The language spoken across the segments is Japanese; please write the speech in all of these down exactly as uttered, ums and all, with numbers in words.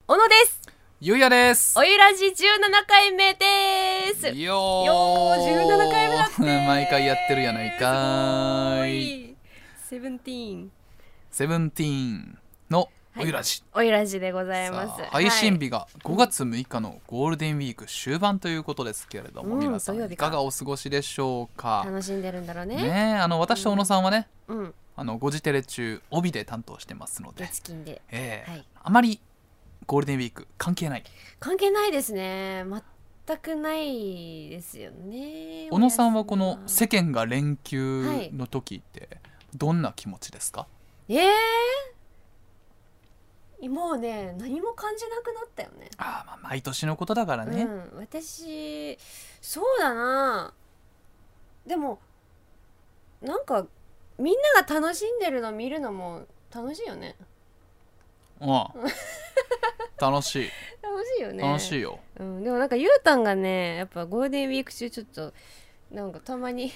小野です。 ゆうやです。 おゆらじじゅうななかいめです。 よーよーじゅうななかいめだって毎回やってるやないかーい。 セブンティーンセブンティーンのおゆらじ、 はい、おゆらじでございます。 配信日がごがつむいかのゴールデンウィーク終盤ということですけれども、うん、皆さんいかがお過ごしでしょうか。 楽しんでるんだろうね。 ねあの私と小野さんはね、 うん、 あのゴジテレ中帯で担当してますので、 月金で、 えーはい、 あまりゴールデンウィーク関係ない関係ないですね。全くないですよね。 小野さんはこの世間が連休の時ってどんな気持ちですか？ はい、えー、もうね何も感じなくなったよね。 あまあ毎年のことだからね、 うん、私そうだな。でもなんかみんなが楽しんでるの見るのも楽しいよね。 うん楽しい楽しいよね。 楽しいよ、 うん、でもなんかゆうたんがねやっぱゴールデンウィーク中ちょっとなんかたまに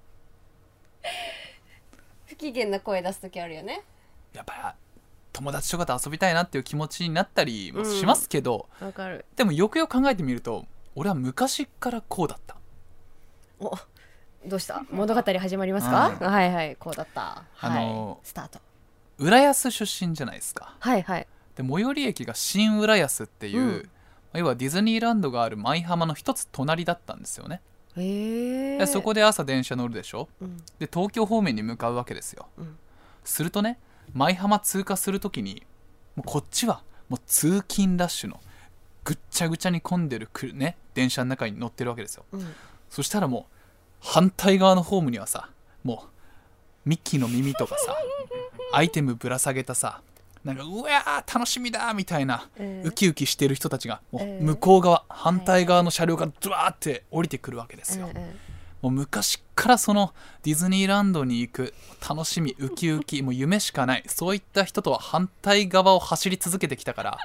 不機嫌な声出す時あるよね。 やっぱ友達とかと遊びたいなっていう気持ちになったりもしますけど、 わ、うん、かる。 でもよくよく考えてみると俺は昔からこうだった。 おどうした物語始まりますか？うん、はいはいこうだった。 あのーはい、スタート。 浦安出身じゃないですか。 はいはい。 で最寄り駅が新浦安っていう、うん、要はディズニーランドがある舞浜の一つ隣だったんですよね。 へでそこで朝電車乗るでしょ、うん、で東京方面に向かうわけですよ、うん、するとね舞浜通過するときにもうこっちはもう通勤ラッシュのぐっちゃぐちゃに混んでるく、ね、電車の中に乗ってるわけですよ、うん、そしたらもう反対側のホームにはさもうミッキーの耳とかさアイテムぶら下げたさなんかうわー楽しみだみたいな、えー、ウキウキしてる人たちがもう向こう側、えー、反対側の車両からドワーって降りてくるわけですよ、えー、もう昔からそのディズニーランドに行く楽しみウキウキもう夢しかないそういった人とは反対側を走り続けてきたから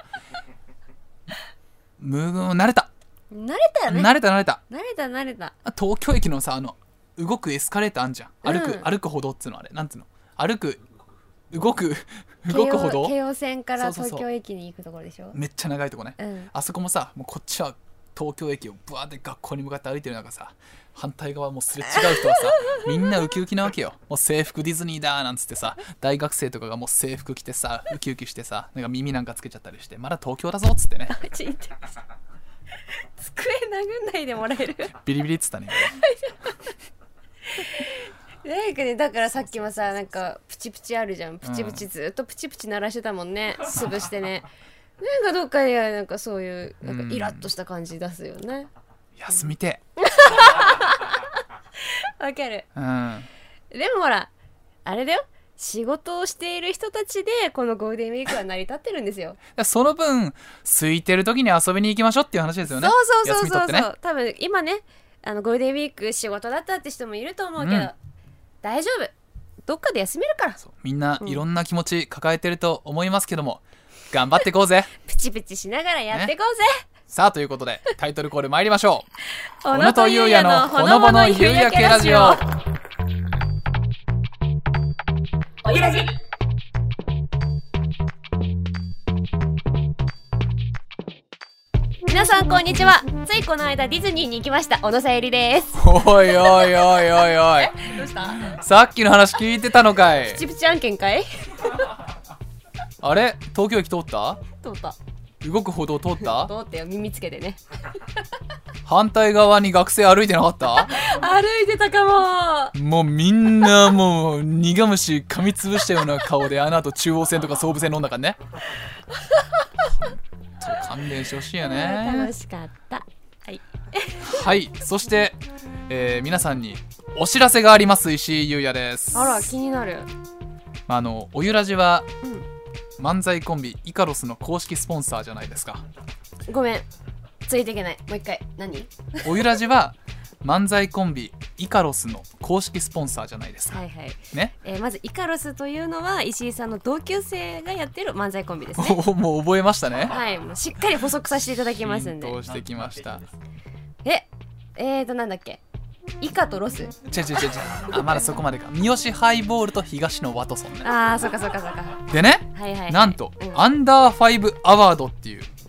む慣れた慣れたよね。 慣れた慣れた慣れた慣れた。 東京駅のさあの動くエスカレーターあんじゃん歩く、 うん、 歩く歩道っつうのあれなんつうの歩く動く動く歩道京王線から東京駅に行くところでしょ。 めっちゃ長いとこね、 うん、 あそこもさもうこっちは東京駅をブワーって学校に向かって歩いてる中さ反対側もうすれ違う人はさみんなウキウキなわけよ。もう制服ディズニーだなんつってさ大学生とかがもう制服着てさウキウキしてさなんか耳なんかつけちゃったりしてまだ東京だぞっつってね机殴んないでもらえるビリビリっつったねなんかね、だからさっきもさなんかプチプチあるじゃん。プチプチずっとプチプチ鳴らしてたもんね、うん、潰してねなんかどっかでなんかそういうなんかイラッとした感じ出すよね、うん、 休みてわかる、 うん、 でもほらあれだよ仕事をしている人たちでこのゴールデンウィークは成り立ってるんですよその分空いてる時に遊びに行きましょうっていう話ですよね。 そうそうそうそうそう、 ね、 多分今ねあのゴールデンウィーク仕事だったって人もいると思うけど、うん、大丈夫どっかで休めるから。 そうみんないろんな気持ち抱えてると思いますけども、うん、頑張っていこうぜプチプチしながらやっていこうぜ、ね、 さあということでタイトルコール参りましょう小野とゆうやのほのぼの夕焼けラジオ。おゆらじ皆さんこんにちは。ついこの間ディズニーに行きました小野さゆりです。 おいおいおいおいおいどうした？ さっきの話聞いてたのかい。 プチプチ案件かいあれ東京駅通った？ 通った。 動く歩道通った？ 通ってよ耳つけてね反対側に学生歩いてなかった？ 歩いてたかも。 もうみんなもう苦虫噛みつぶしたような顔であの後中央線とか総武線飲んだからね勘弁してほしいよね。 楽しかった。はいはいそして、えー、皆さんにお知らせがあります。石井優也です。 あら気になる。 あのおゆらじは、うん、漫才コンビイカロスの公式スポンサーじゃないですか。 ごめんついていけない。もう一回何おゆらじは漫才コンビイカロスの公式スポンサーじゃないですか。 はいはい、 ねえー、まずイカロスというのは石井さんの同級生がやってる漫才コンビですね。 もう覚えましたね。 はいもうしっかり補足させていただきますんで。 浸透してきました。 ええーとなんだっけイカとロス。違う違う違う違うあまだそこまでか。三好ハイボールと東野ワトソンね。 あーそっかそっかそっか。 でね、 はいはいはい、 なんと、 うん、 アンダーファイブアワードっていう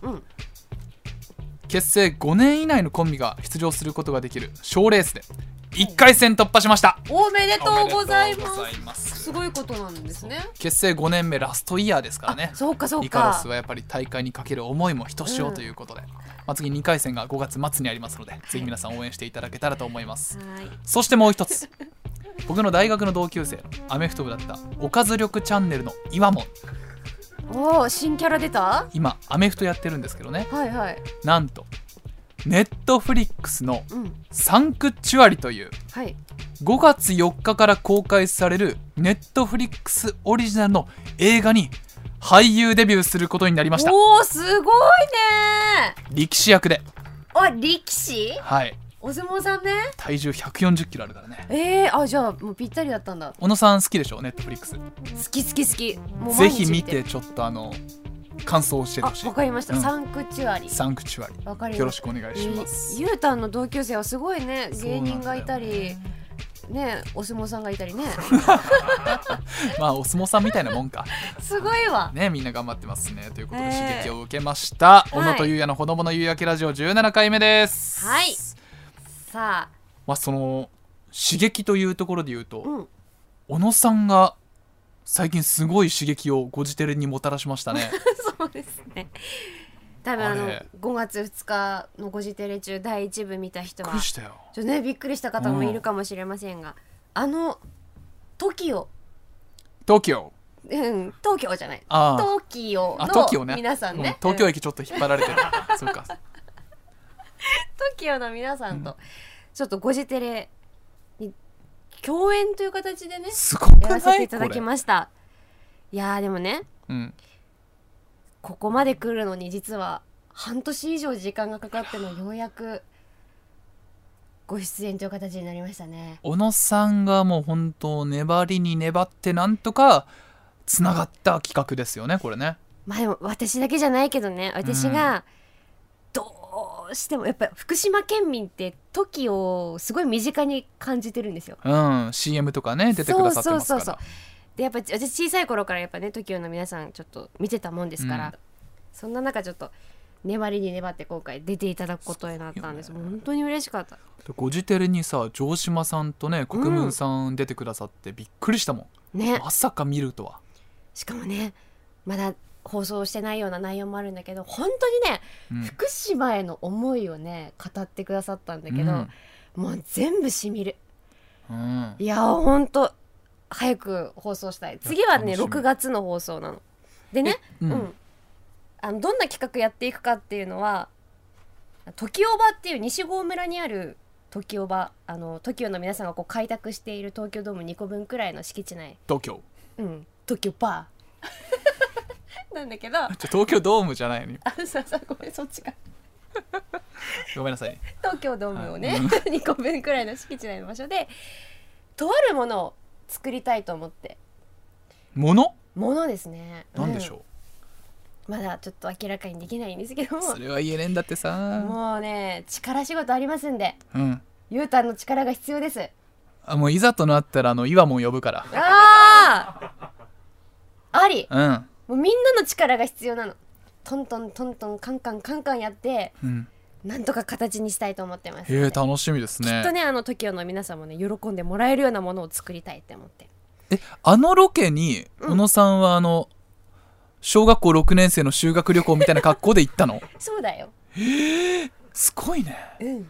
うん、 結成ごねん以内のコンビが出場することができる賞レースでいっかい戦突破しました。 おめでとうございます。 おめでとうございます。 すごいことなんですね。 結成ごねんめラストイヤーですからね。 そうかそうか。 イカロスはやっぱり大会にかける思いもひとしおということで、うん、まあ、次にかい戦がごがつ末にありますので、ぜひ皆さん応援していただけたらと思います。はい、そしてもう一つ僕の大学の同級生アメフト部だったおかず力チャンネルの岩門。 おお、新キャラ出た。 今アメフトやってるんですけどね、 はいはい、 なんとネットフリックスのサンクチュアリという、 はい、 ごがつよっかから公開されるネットフリックスオリジナルの映画に俳優デビューすることになりました。 おー、すごいね。 力士役で。 あ、力士。 はい、 お相撲さんね。 体重ひゃくよんじゅっキロあるからね。 えー、あ、じゃあもうぴったりだったんだ。 小野さん好きでしょ、ネットフリックス。 好き好き好き。もうぜひ見て、ちょっとあの感想を教えてほしい。 わかりました、うん、サンクチュアリ。 サンクチュアリ、わかりました。よろしくお願いします。 ゆうたんの同級生はすごいね。芸人がいたりね、お相撲さんがいたりねまあお相撲さんみたいなもんか。 すごいわね、みんな頑張ってますね。ということで刺激を受けました、小野とゆうやのほのぼの夕焼けラジオじゅうななかいめです。 はい。さあ、 まあ、その刺激というところで言うと、 うん、 小野さんが最近すごい刺激をごじテレにもたらしましたね。 そうですね。多分あのごがつふつかのごじテレ中だいいちぶ見た人はびっくりしたよ。 ちょっとね、びっくりした方もいるかもしれませんが、うん、あの トキオトキオ、 うん、東京じゃない、トキオの皆さんね、 東京駅ちょっと引っ張られてるそうか、トキオの皆さんとちょっとごじテレに共演という形でね、 すごくない？ やらせていただきました。いやーでもね、 うん、 ここまで来るのに実は半年以上時間がかかってのようやくご出演という形になりましたね。 小野さんがもう本当粘りに粘ってなんとかつながった企画ですよね、これね。 まあでも私だけじゃないけどね、私がどうしてもやっぱり福島県民ってトキをすごい身近に感じてるんですよ。 うん、シーエム とかね出てくださってますから。そうそうそうそう。 でやっぱ私小さい頃からやっぱね トキオ の皆さんちょっと見てたもんですから、うん、そんな中ちょっと粘りに粘って今回出ていただくことになったんです。もう本当に嬉しかった。 ごじテレにさ、城島さんとね国分さん出てくださってびっくりしたもん、 ね、 まさか見るとは。しかもね、まだ放送してないような内容もあるんだけど、本当にね、うん、福島への思いをね語ってくださったんだけど、うん、もう全部しみる、うん、いや本当早く放送したい。次はねろくがつの放送なのでね、うんうん、あのどんな企画やっていくかっていうのは、時おばっていう西郷村にある時おば、あの トキオ の皆さんがこう開拓している東京ドームにこぶんくらいの敷地内、 東京、 うん、時おばなんだけど、 東京ドームじゃないの。 あ、そうそう、ごめん、そっちかごめんなさい。 東京ドームをね、はい、にこぶんくらいの敷地内の場所でとあるものを作りたいと思って。 ものものですね。 何でしょう、 うん、まだちょっと明らかにできないんですけども、 それは言えねえんだってさ。 もうね力仕事ありますんで、 うん、 ゆうたんの力が必要です。 あ、もういざとなったらあの岩も呼ぶから。 あああり、 うん、 もうみんなの力が必要なの。トントントントンカンカンカンカンやって、うん、なんとか形にしたいと思ってます。 へえ、楽しみですね。 きっとね、あの トキオ の皆さんもね喜んでもらえるようなものを作りたいって思って。 え、あのロケに小野さんはあの、うん、小学校ろくねん生の修学旅行みたいな格好で行ったの？ そうだよ。 へえ、すごいね。 うん、うん、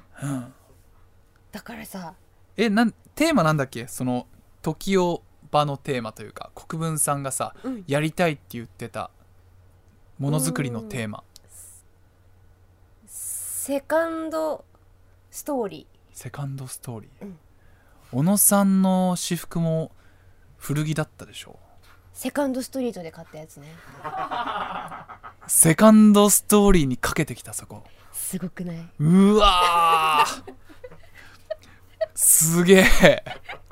だからさ、 え、なんテーマなんだっけ、その時おばのテーマというか、国分さんがさ、うん、やりたいって言ってたものづくりのテーマ、 セカンドストーリー。 セカンドストーリー、うん、 小野さんの私服も古着だったでしょ。 セカンドストリートで買ったやつね。 セカンドストーリーにかけてきた、そこすごくない？ うわーすげえ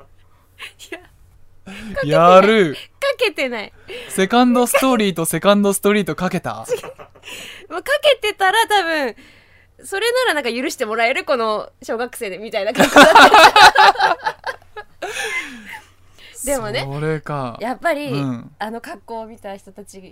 やる。 かけてない。 セカンドストーリーとセカンドストリートかけた。 かけてたら多分それならなんか許してもらえる、この小学生でみたいな格好だったでもね、 それかやっぱり、 うん、 あの格好を見た人たち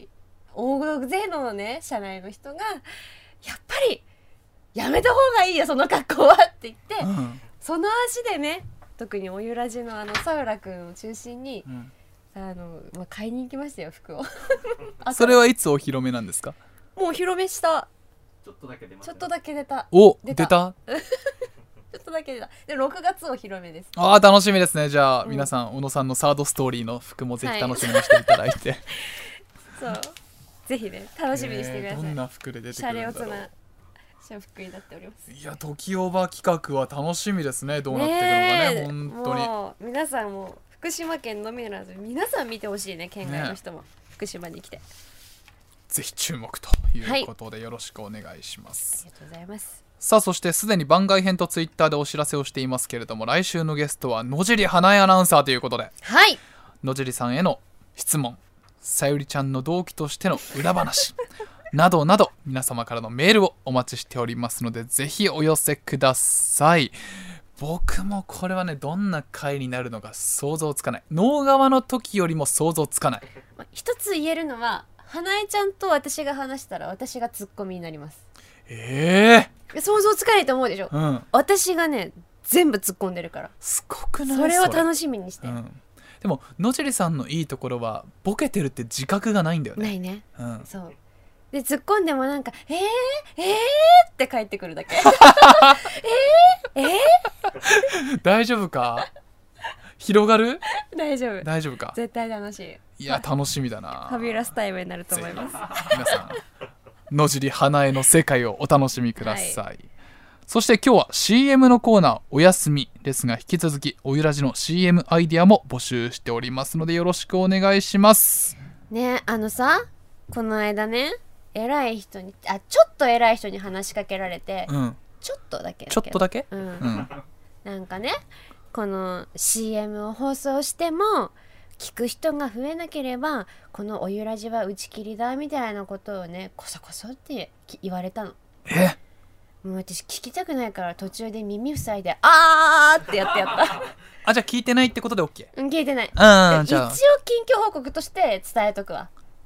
大勢のね社内の人がやっぱりやめた方がいいよその格好はって言って、うん、その足でね特におゆらじのあのサウラくんを中心に、うん、あのまあ、買いに行きましたよ服をそれはいつお披露目なんですか？ もうお披露目した。 ちょっとだけ出ます、ね、ちょっとだけ出た。 お出た、出たちょっとだけ出た。でろくがつお披露目です。 ああ楽しみですね。じゃあ、うん、皆さん小野さんのサードストーリーの服もぜひ楽しみにしていただいて、はい、 そうぜひね楽しみにしてください、 えー、どんな服で出てくるんだろう。 シャレオツなシ服になっております。 いや時オーバー企画は楽しみですね。どうなっていくのかね、ね本当にもう皆さんも福島県のみならず皆さん見てほしいね。県外の人も、ね、福島に来てぜひ注目ということでよろしくお願いします、 はい、ありがとうございます。 さあそしてすでに番外編とツイッターでお知らせをしていますけれども、来週のゲストは野尻花江アナウンサーということで、 はい、 野尻さんへの質問、さゆりちゃんの同期としての裏話などなど皆様からのメールをお待ちしておりますのでぜひお寄せください。僕もこれはねどんな回になるのか想像つかない。能川の時よりも想像つかない。 一つ言えるのは花江ちゃんと私が話したら私がツッコミになります。 ええー、 想像つかないと思うでしょ、 うん、 私がね全部突っ込んでるからすごくない？ それを楽しみにして、うん、 でも野尻さんのいいところはボケてるって自覚がないんだよね。 ないね、 うん、 そうで突っ込んでもなんかえー、えーって帰ってくるだけえー、えー、 大丈夫か？広がる？ 大丈夫大丈夫か？ 絶対楽しい。 いや楽しみだな。 ファビュラスタイムになると思います。 皆さん野尻花江の世界をお楽しみください、はい、そして今日は シーエム のコーナーお休みですが引き続きおゆらじの シーエム アイディアも募集しておりますのでよろしくお願いしますね。あのさこの間ね偉い人にあちょっと偉い人に話しかけられて、うん、ちょっとだけちょっとだけ、 うんうん、なんかねこの シーエム を放送しても聞く人が増えなければこのおゆらじは打ち切りだみたいなことをねこそこそって言われたの。 えもう私聞きたくないから途中で耳塞いであーってやってやったあじゃあ聞いてないってことで OK？ うん聞いてない。 あじゃあ一応近況報告として伝えとくわ。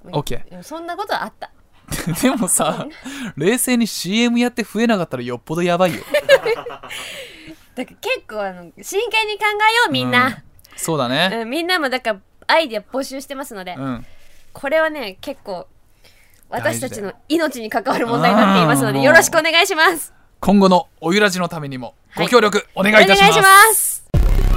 OK そんなことはあったでもさ冷静に シーエム やって増えなかったらよっぽどやばいよだから結構あの真剣に考えようみんな、うん、 そうだね、 うん、みんなもだからアイディア募集してますので、うん、これはね結構私たちの命に関わる問題になっていますのでよろしくお願いします。 今後のおゆらじのためにもご協力お願いいたします、はい、お願いします。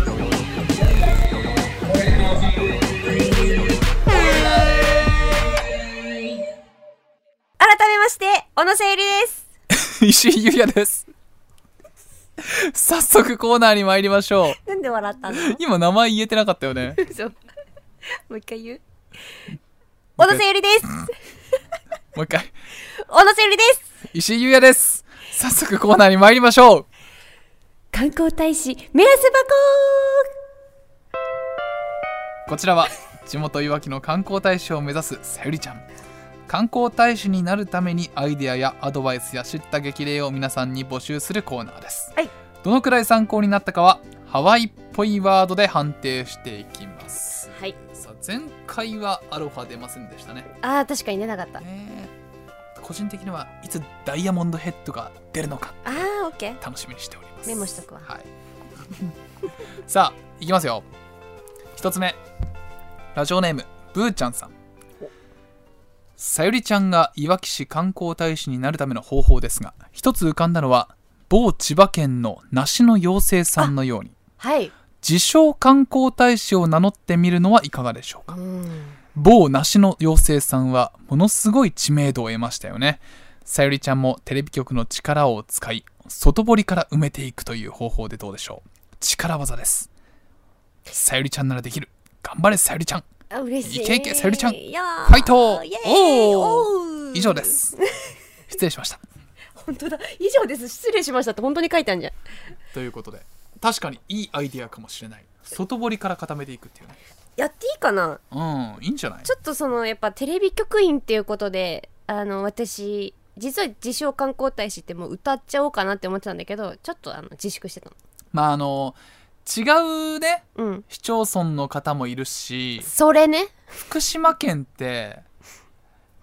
改めまして小野瀬ゆりです石井優也です早速コーナーに参りましょう。なんで笑ったの？ 今名前言えてなかったよねもう一回言う小野瀬ゆりですもう一回小野瀬ゆりです。 石井優也です。早速コーナーに参りましょう。 観光大使目安箱。 こちらは地元いわきの観光大使を目指すさゆりちゃん。観光大使になるためにアイデアやアドバイスや知った激励を皆さんに募集するコーナーです、 はい、 どのくらい参考になったかはハワイっぽいワードで判定していきます、 はい、 さあ前回はアロハ出ませんでしたね。 あー確かに出なかった、 ね、個人的にはいつダイヤモンドヘッドが出るのかあーオッケー楽しみにしております。 メモしとくわ、 はい、さあいきますよ。一つ目ラジオネームブーちゃんさん。さゆりちゃんがいわき市観光大使になるための方法ですが一つ浮かんだのは某千葉県の梨の妖精さんのように、 はい、 自称観光大使を名乗ってみるのはいかがでしょうか。 うん、 某梨の妖精さんはものすごい知名度を得ましたよね。さゆりちゃんもテレビ局の力を使い外堀から埋めていくという方法でどうでしょう。力技です。さゆりちゃんならできる。頑張れさゆりちゃん。 あ嬉しい。 いけいけさゆりちゃんファイト。お以上です失礼しました本当だ以上です失礼しましたって本当に書いてあるんじゃん。 ということで確かにいいアイディアかもしれない。外堀から固めていくっていうね。 やっていいかな。 うんいいんじゃない。 ちょっとそのやっぱテレビ局員っていうことであの私実は自称観光大使ってもう歌っちゃおうかなって思ってたんだけどちょっとあの自粛してたの。 まああの違うね、 うん、 市町村の方もいるしそれね福島県って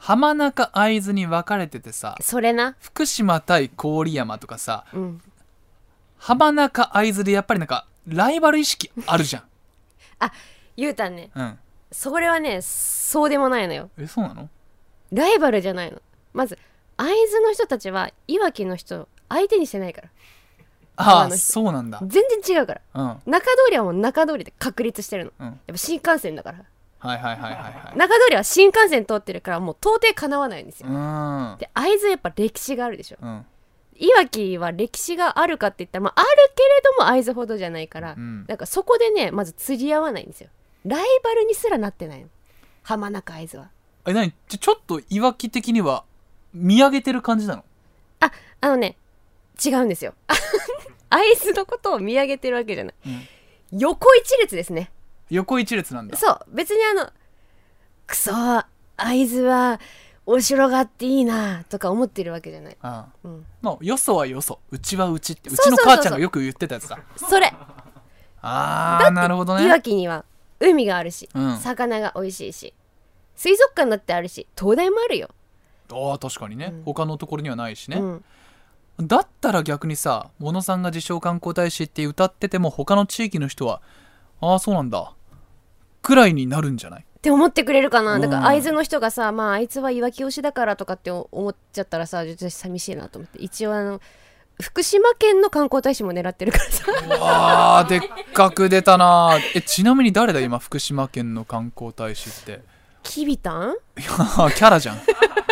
浜中会津に分かれててさ、 それな、 福島対郡山とかさ、 うん、 浜中会津でやっぱりなんかライバル意識あるじゃん。 あ、ゆうたんね、 うん、 それはねそうでもないのよ。 え、そうなの？ ライバルじゃないの。まず会津の人たちはいわきの人相手にしてないから。 ああ、そうなんだ。 全然違うから、 うん、 中通りはもう中通りで確立してるの、 うん、 やっぱ新幹線だから。 はいはいはいはいはい。 中通りは新幹線通ってるからもう到底かなわないんですよ。 うん、 で会津やっぱ歴史があるでしょ、 うん、 いわきは歴史があるかって言ったら、まあ、あるけれども会津ほどじゃないから、うん、なんかそこでねまず釣り合わないんですよ。ライバルにすらなってないの、浜中会津は。 え、何？ちょ、ちょっといわき的には見上げてる感じなの？ あ、あのね違うんですよ会津のことを見上げてるわけじゃない、うん、横一列ですね。 横一列なんだ。 そう、別にあのクソ会津はお城があっていいなとか思ってるわけじゃない。 ああ、 うん、 まあよそはよそ、うちはうちって、うちの母ちゃんがよく言ってたやつだ。 それああ、なるほどね。 いわきには海があるし、 うん、 魚が美味しいし、水族館だってあるし、東大もあるよ。 ああ、確かにね、うん、他のところにはないしね、 うん、 だったら逆にさ、小野さんが自称観光大使って歌ってても他の地域の人はああそうなんだくらいになるんじゃないって思ってくれるかな。だから会津の人がさ、まああいつはいわき推しだからとかって思っちゃったらさ、ちょっと寂しいなと思って、一応あの福島県の観光大使も狙ってるからさ。 わあ、でっかく出たな。え、ちなみに誰だ今福島県の観光大使って？ きびたん？ いや、キャラじゃん。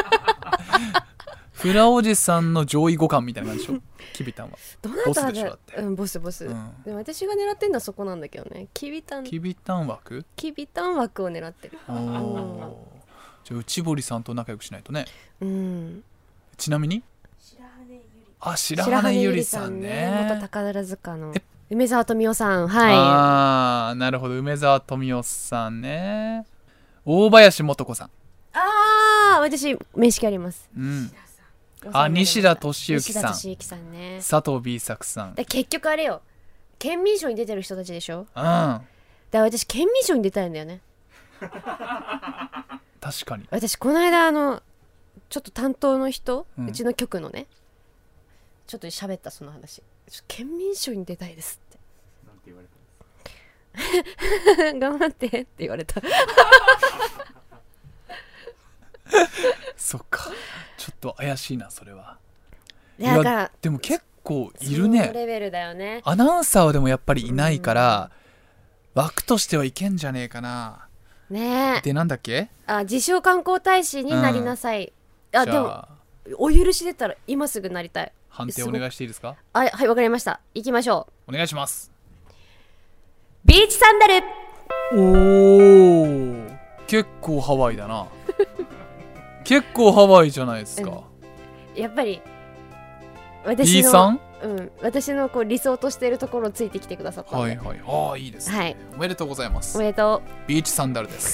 フラおじさんの上位互換みたいな感じでしょ。きびたんはどなたボスでしょ。だって、 うん、ボスボス、うん、でも私が狙ってんのはそこなんだけどね。きびたんきびたん枠きびたん枠を狙ってる。 おー、じゃあ内堀さんと仲良くしないとね。 うん、 ちなみに白羽ゆりあ、白羽ゆりさんね、 元宝塚の梅沢富美男さん。はい、 ああ、なるほど、梅沢富美男さんね。大林素子さん。 ああ、私面識あります。 うん、あ、西田敏行さん、 西田敏行さんね、 佐藤 B 作さん。 だ結局あれよ、県民賞に出てる人たちでしょ。うん、だから私県民賞に出たいんだよね。 確かに。 私この間あのちょっと担当の人、うん、うちの局のね、ちょっと喋ったその話。県民賞に出たいですって。なんて言われたんですか？頑張ってって言われた。 そっか、ちょっと怪しいなそれは。 いや、だからでも結構いるね。 そのレベルだよね。 アナウンサーはでもやっぱりいないから、うん、枠としてはいけんじゃねえかな。 ねえ。 で、なんだっけ？あ、 自称観光大使になりなさい、うん、あ、でもお許し出たら今すぐなりたい。 判定お願いしていいですか？ あ、はい、わかりました。行きましょう。お願いします。 ビーチサンダル。 おー、結構ハワイだな。結構ハワイじゃないですか、 うん、やっぱり私 B さん、 うん、私のこう理想としているところをついてきてくださったので、 はいはい、ああ、いいですね、はい、おめでとうございます。 おめでとう。ビーチサンダルです。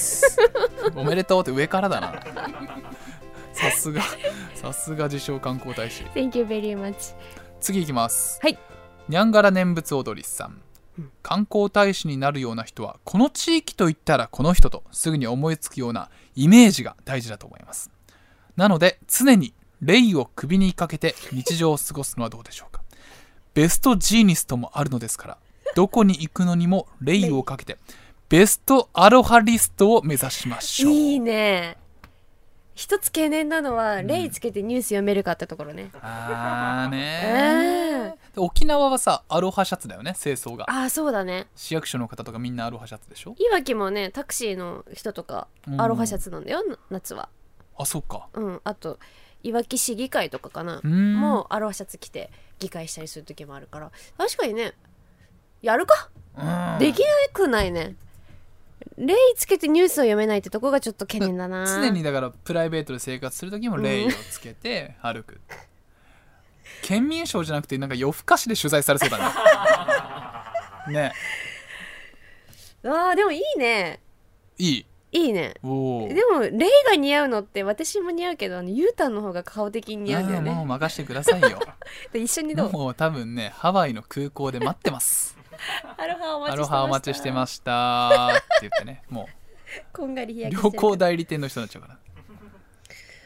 おめでとうって上からだな。さすがさすが自称観光大使。 Thank you very much。 次いきます。 はい。 にゃんがら念仏踊りさん、うん、観光大使になるような人はこの地域といったらこの人とすぐに思いつくようなイメージが大事だと思います。なので常にレイを首にかけて日常を過ごすのはどうでしょうか。ベストジーニストもあるのですから、どこに行くのにもレイをかけてベストアロハリストを目指しましょう。 いいね。一つ懸念なのは、うん、レイつけてニュース読めるかってところね。 あーねー、沖縄はさアロハシャツだよね、清掃が。 あー、そうだね。 市役所の方とかみんなアロハシャツでしょ。 いわきもね、タクシーの人とかアロハシャツなんだよ、夏は。 あ、そっか。 うん、あといわき市議会とかかな、もうアロハシャツ着て議会したりする時もあるから、確かにね、やるか、できなくないね。レイつけてニュースを読めないってとこがちょっと懸念だな。 常にだからプライベートで生活する時もレイをつけて歩く、うん、県民賞じゃなくてなんか夜更かしで取材されそうだね。ね。 あー、でもいいね。 いいいいね。 おでもレイが似合うのって私も似合うけど、あのユータンの方が顔的に似合うんだよね。 もう任せてくださいよ。 で一緒にどう？ もう多分ね、ハワイの空港で待ってます。 アロハお待ちしてました。 アロハお待ちしてましたって言ってね、もうこんがり日焼け旅行代理店の人になっちゃうから。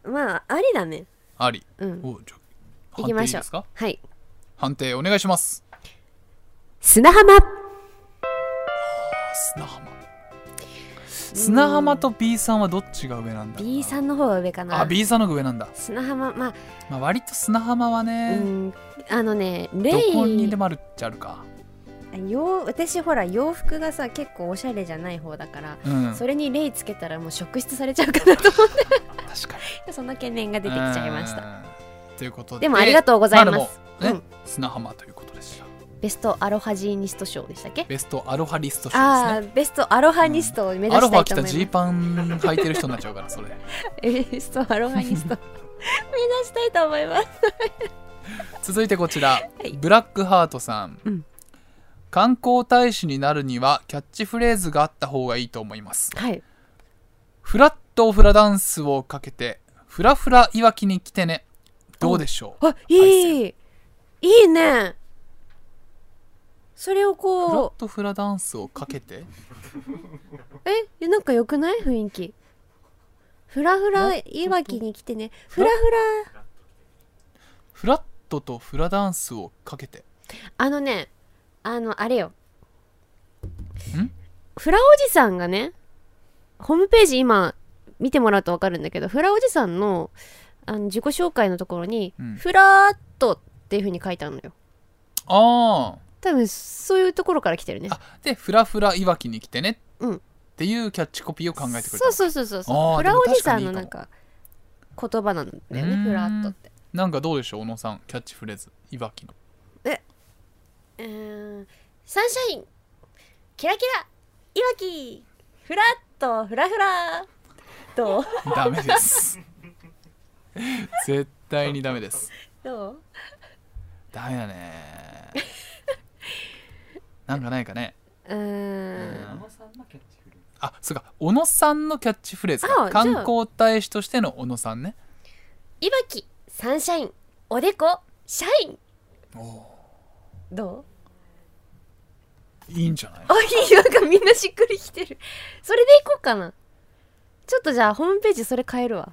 まあありだね。 あり、 うん、 おじゃあ行きましょう。 判定いいですか？ はい、 判定お願いします。 砂浜。 砂浜砂浜と B さんはどっちが上なんだろうな。 B さんの方が上かな。 あ B さんの方が上なんだ。 砂浜、まあ、 まあ割と砂浜はね、 うん、あのねレイどこにでもあるっちゃあるか。 よ私ほら洋服がさ結構おしゃれじゃない方だから、 うん、 それにレイつけたらもう職質されちゃうかなと思って確かにその懸念が出てきちゃいました。 ということで、 でもありがとうございます、 まあね、 うん、 砂浜ということでした。 ベストアロハジーニスト賞でしたっけ？ ベストアロハリスト賞ですね。 ああベストアロハニストを目指したいと思います、 うん、アロハ着たジーパン履いてる人になっちゃうからそれベストアロハニスト目指したいと思います続いてこちら、 はい、 ブラックハートさん、 うん、 観光大使になるにはキャッチフレーズがあった方がいいと思います。 はい。 フラットフラダンスをかけてフラフラいわきに来てね。どうでしょう？ あ、いいいいね。それをこうフラットフラダンスをかけてえ、なんか良くない雰囲気。フラフラいわきに来てね。フラフラフラットとフラダンスをかけて、 あのね、あのあれよ、 んフラおじさんがね、ホームページ今見てもらうと分かるんだけど、フラおじさんの、あの自己紹介のところに、うん、フラットっていう風に書いてあるのよ。 ああ、 多分そういうところから来てるね。 あでフラフラいわきに来てね、 うん、 っていうキャッチコピーを考えてくれた。 そうそうそうそうそう。フラおじさんのなんか言葉なんだよね、フラットって。なんかどうでしょう小野さん、キャッチフレーズいわきの。 えうーん、サンシャインキラキラいわきフラットフラフラどう？ ダメです絶対にダメです。 どう？ ダメだねなんかないかね。 うーん、 あ、そうか、小野さんのキャッチフレーズか。観光大使としての小野さんね。 いわきサンシャインおでこシャイン。おどう？いいんじゃない？ あ、いい、なんかみんなしっくりきてる。それでいこうかな。ちょっとじゃあホームページそれ変えるわ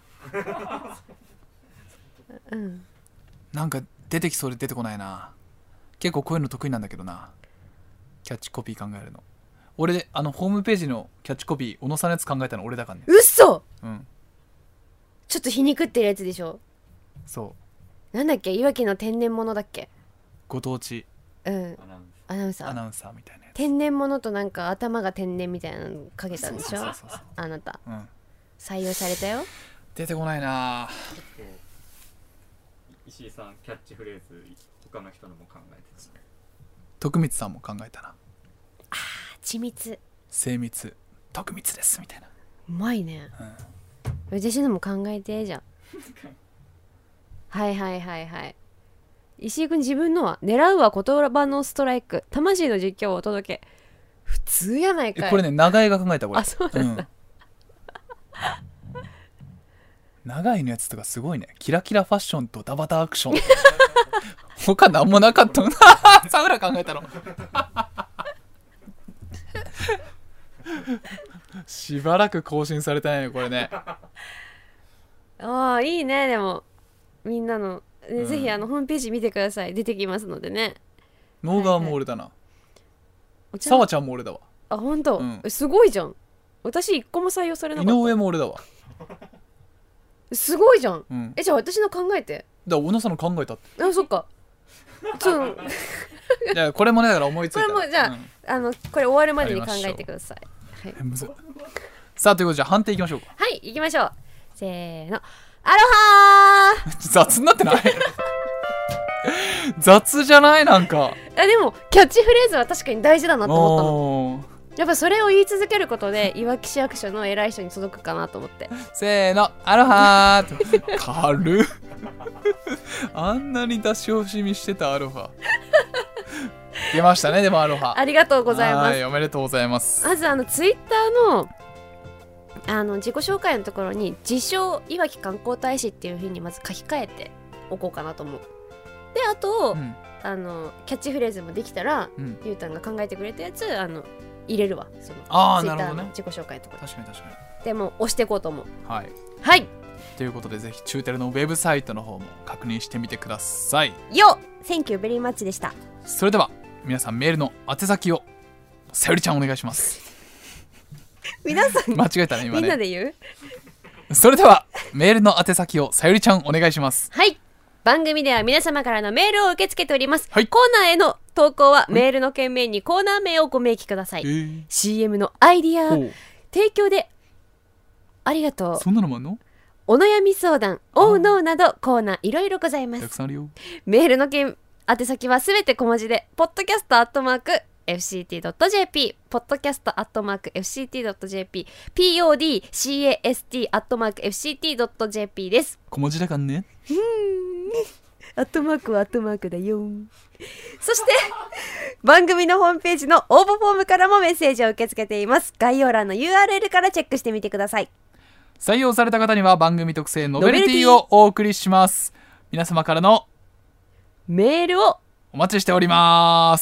うん、 なんか出てきそうで出てこないな。結構こういうの得意なんだけどな、キャッチコピー考えるの。俺あのホームページのキャッチコピー小野さんのやつ考えたの俺だからね。 うっそ、 うん、 ちょっと皮肉ってるやつでしょ。 そう、 なんだっけ、いわきの天然物だっけ。 ご当地、 うん、アナウンサーアナウンサーみたいなやつ。 天然物となんか頭が天然みたいなのかけたんでしょ。そうそうそうそう、あなた、うん、採用されたよ。 出てこないな。 石井さんキャッチフレーズ他の人のも考えてた。 徳光さんも考えたな。 あー、緻密、 精密、徳光ですみたいな。 うまいね、うん、私のも考えてじゃんはいはいはいはい。石井くん自分のは狙うは言葉のストライク、魂の実況をお届け。普通やないかい。 これね、長井が考えたこれ。 あ、そうなんだ、うん長いのやつとかすごいね。キラキラファッションとダバタアクション他なんもなかったのサウラ考えたのしばらく更新されてないねこれね。 ああ、いいね。でもみんなの、ね、うん、ぜひあのホームページ見てください。出てきますのでね。 能川も俺だな。さわ、はいはい、ちゃんも俺だわ。 あ、ほんと、うん、すごいじゃん。私一個も採用されなかった。 井上も俺だわ。 すごいじゃん、 うん、 え、じゃあ私の考えて。 だから小野さんの考えたって。 あ、そっかちょっといやこれもね、だから思いついた。 これもじゃあ、うん、あのこれ終わるまでに考えてください。はい、 むずさあということで、じゃあ判定いきましょうか。 はい、いきましょう。せーの、アロハー雑になってない雑じゃない？なんかあ、でもキャッチフレーズは確かに大事だなと思ったの。やっぱそれを言い続けることでいわき市役所の偉い人に届くかなと思って。 せーの、アロハー軽っあんなに出し惜しみしてたアロハ出ましたね。でもアロハありがとうございます。 はい、おめでとうございます。 まずあのツイッターのあの自己紹介のところに自称いわき観光大使っていう風にまず書き換えておこうかなと思う。で、あと、うん、あのキャッチフレーズもできたら、うん、ゆうたんが考えてくれたやつあの入れるわ。そのあー、 ツイッターなるほどね、 の自己紹介のところ。 確かに確かに。 でも押していこうと思う。 はい、 はい、 ということでぜひチューテルのウェブサイトの方も確認してみてください。 よっ Thank you very much でした。 それでは皆さんメールの宛先をさゆりちゃんお願いします。 皆さん間違えたね今ね。 みんなで言う。 それではメールの宛先をさゆりちゃんお願いします。 はい、番組では皆様からのメールを受け付けております、 はい、 コーナーへの投稿はメールの件名にコーナー名をご明記ください、 えー、 シーエム のアイディアほう提供でありがとう、 そんなのもあんの？ お悩み相談、おうのうなどコーナーいろいろございます。 たくさんあるよ。 メールの件宛先はすべて小文字で ポッドキャスト アットマーク エフシーティードットジェーピー ポッドキャスト アットマーク エフシーティードットジェーピー ピーオーディーシーエーエスティー アットマーク エフシーティードットジェーピー です。 小文字だからね。 アットマークはアットマークだよ。そして番組のホームページの応募フォームからもメッセージを受け付けています。概要欄の ユーアールエル からチェックしてみてください。 採用された方には番組特製ノベルティをお送りします。皆様からのメールをお待ちしております。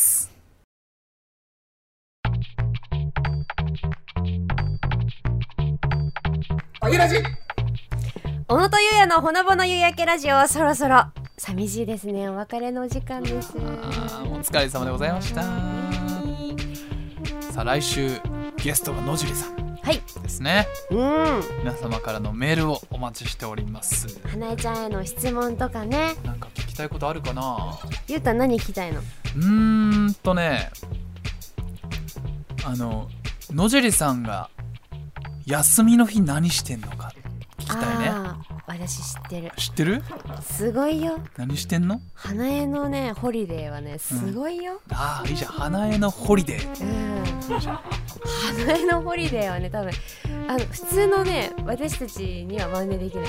あげラジ小野とゆうやのほのぼの夕焼けラジオはそろそろ寂しいですね。お別れのお時間です。 あお疲れ様でございました。さあ来週ゲストが野尻さんですね、 はい、うん、 皆様からのメールをお待ちしております。 花江ちゃんへの質問とかね、 なんか聞きたいことあるかな。 ゆうた何聞きたいの？ うーんとねあの野尻さんが休みの日何してんのか聞きたいね。 あ私知ってる。 知ってる？すごいよ。 何してんの？ 花江のねホリデーはねすごいよ、 うん、ああいいじゃん、花江のホリデー、 うん、 いいじゃん。 花江のホリデーはね多分あの普通のね私たちには真似できない。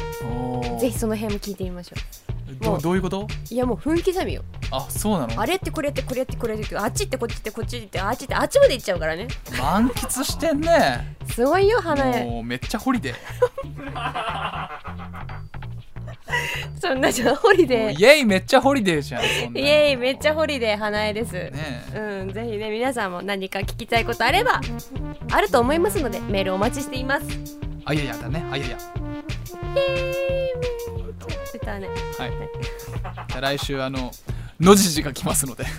ぜひその辺も聞いてみましょう。 ど, どういうこと？ いやもう分刻みよ。 あ、そうなの？あれってこれってこれってこれってあっちってこっちってこっちってあっちってあっちまで行っちゃうからね。 満喫してんね。 すごいよ花江。 もうめっちゃホリデー。 そんなじゃんホリデー。 イエイめっちゃホリデーじゃん。そんなイエイめっちゃホリデー花江です。 ね、 うんぜひね皆さんも何か聞きたいことあればあると思いますのでメールお待ちしています。 あいやいやだね。あいやいや。 出たね。 はい。じゃあ来週あののじじが来ますので。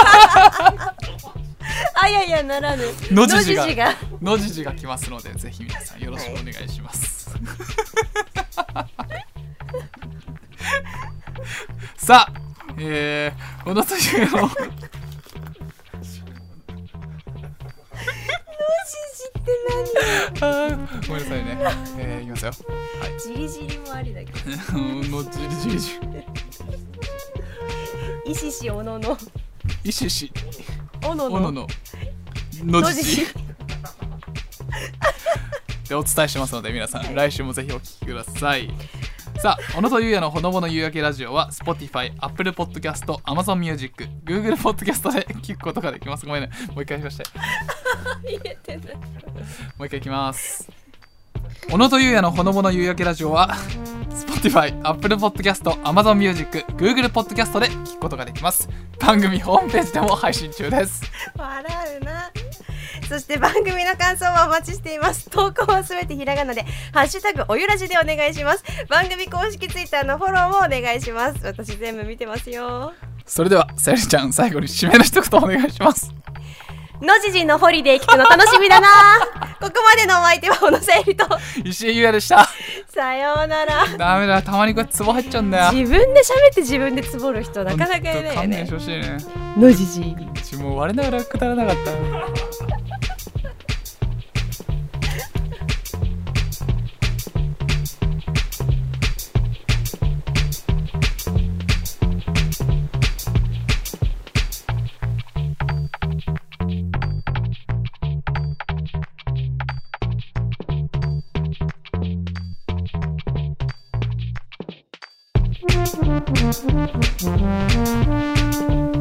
あいやいやならぬ。 のじじがのじじが来ますのでぜひ皆さんよろしくお願いします。はい、さあ、えー、このというの。のじじって何？あごめんなさいね。えー、いきますよ。はい。 じりじりもありだけど。 のじりじりじ。 いししおのの。 いしし。 おのの。 おのの。のじじ。でお伝えしますので皆さん、はい、来週もぜひお聞きください。さあ、小野とゆうやのほのぼの夕焼けラジオは Spotify、Apple Podcast、Amazon Music、Google Podcast で聞くことができます。ごめんね、もう一回しまして。 言えてない。 もう一回いきます。小野とゆうやのほのぼの夕焼けラジオは Spotify、Apple Podcast、Amazon Music、Google Podcast で聞くことができます。番組ホームページでも配信中です。 笑うな。そして番組の感想もお待ちしています。投稿はすべてひらがなでハッシュタグおゆらじでお願いします。番組公式ツイッターのフォローもお願いします。私全部見てますよ。 それではさゆりちゃん最後に締めの一言お願いします。 のじじのホリデー聞くの楽しみだな。ここまでのお相手は小野さゆりと石井優也でした。 さようなら。 ダメだ、たまにこうやってツボ入っちゃうんだよ。 自分で喋って自分でツボる人なかなかいないよね。 勘弁してほしいね。 のじじもう我ながらくだらなかった。 Thank you.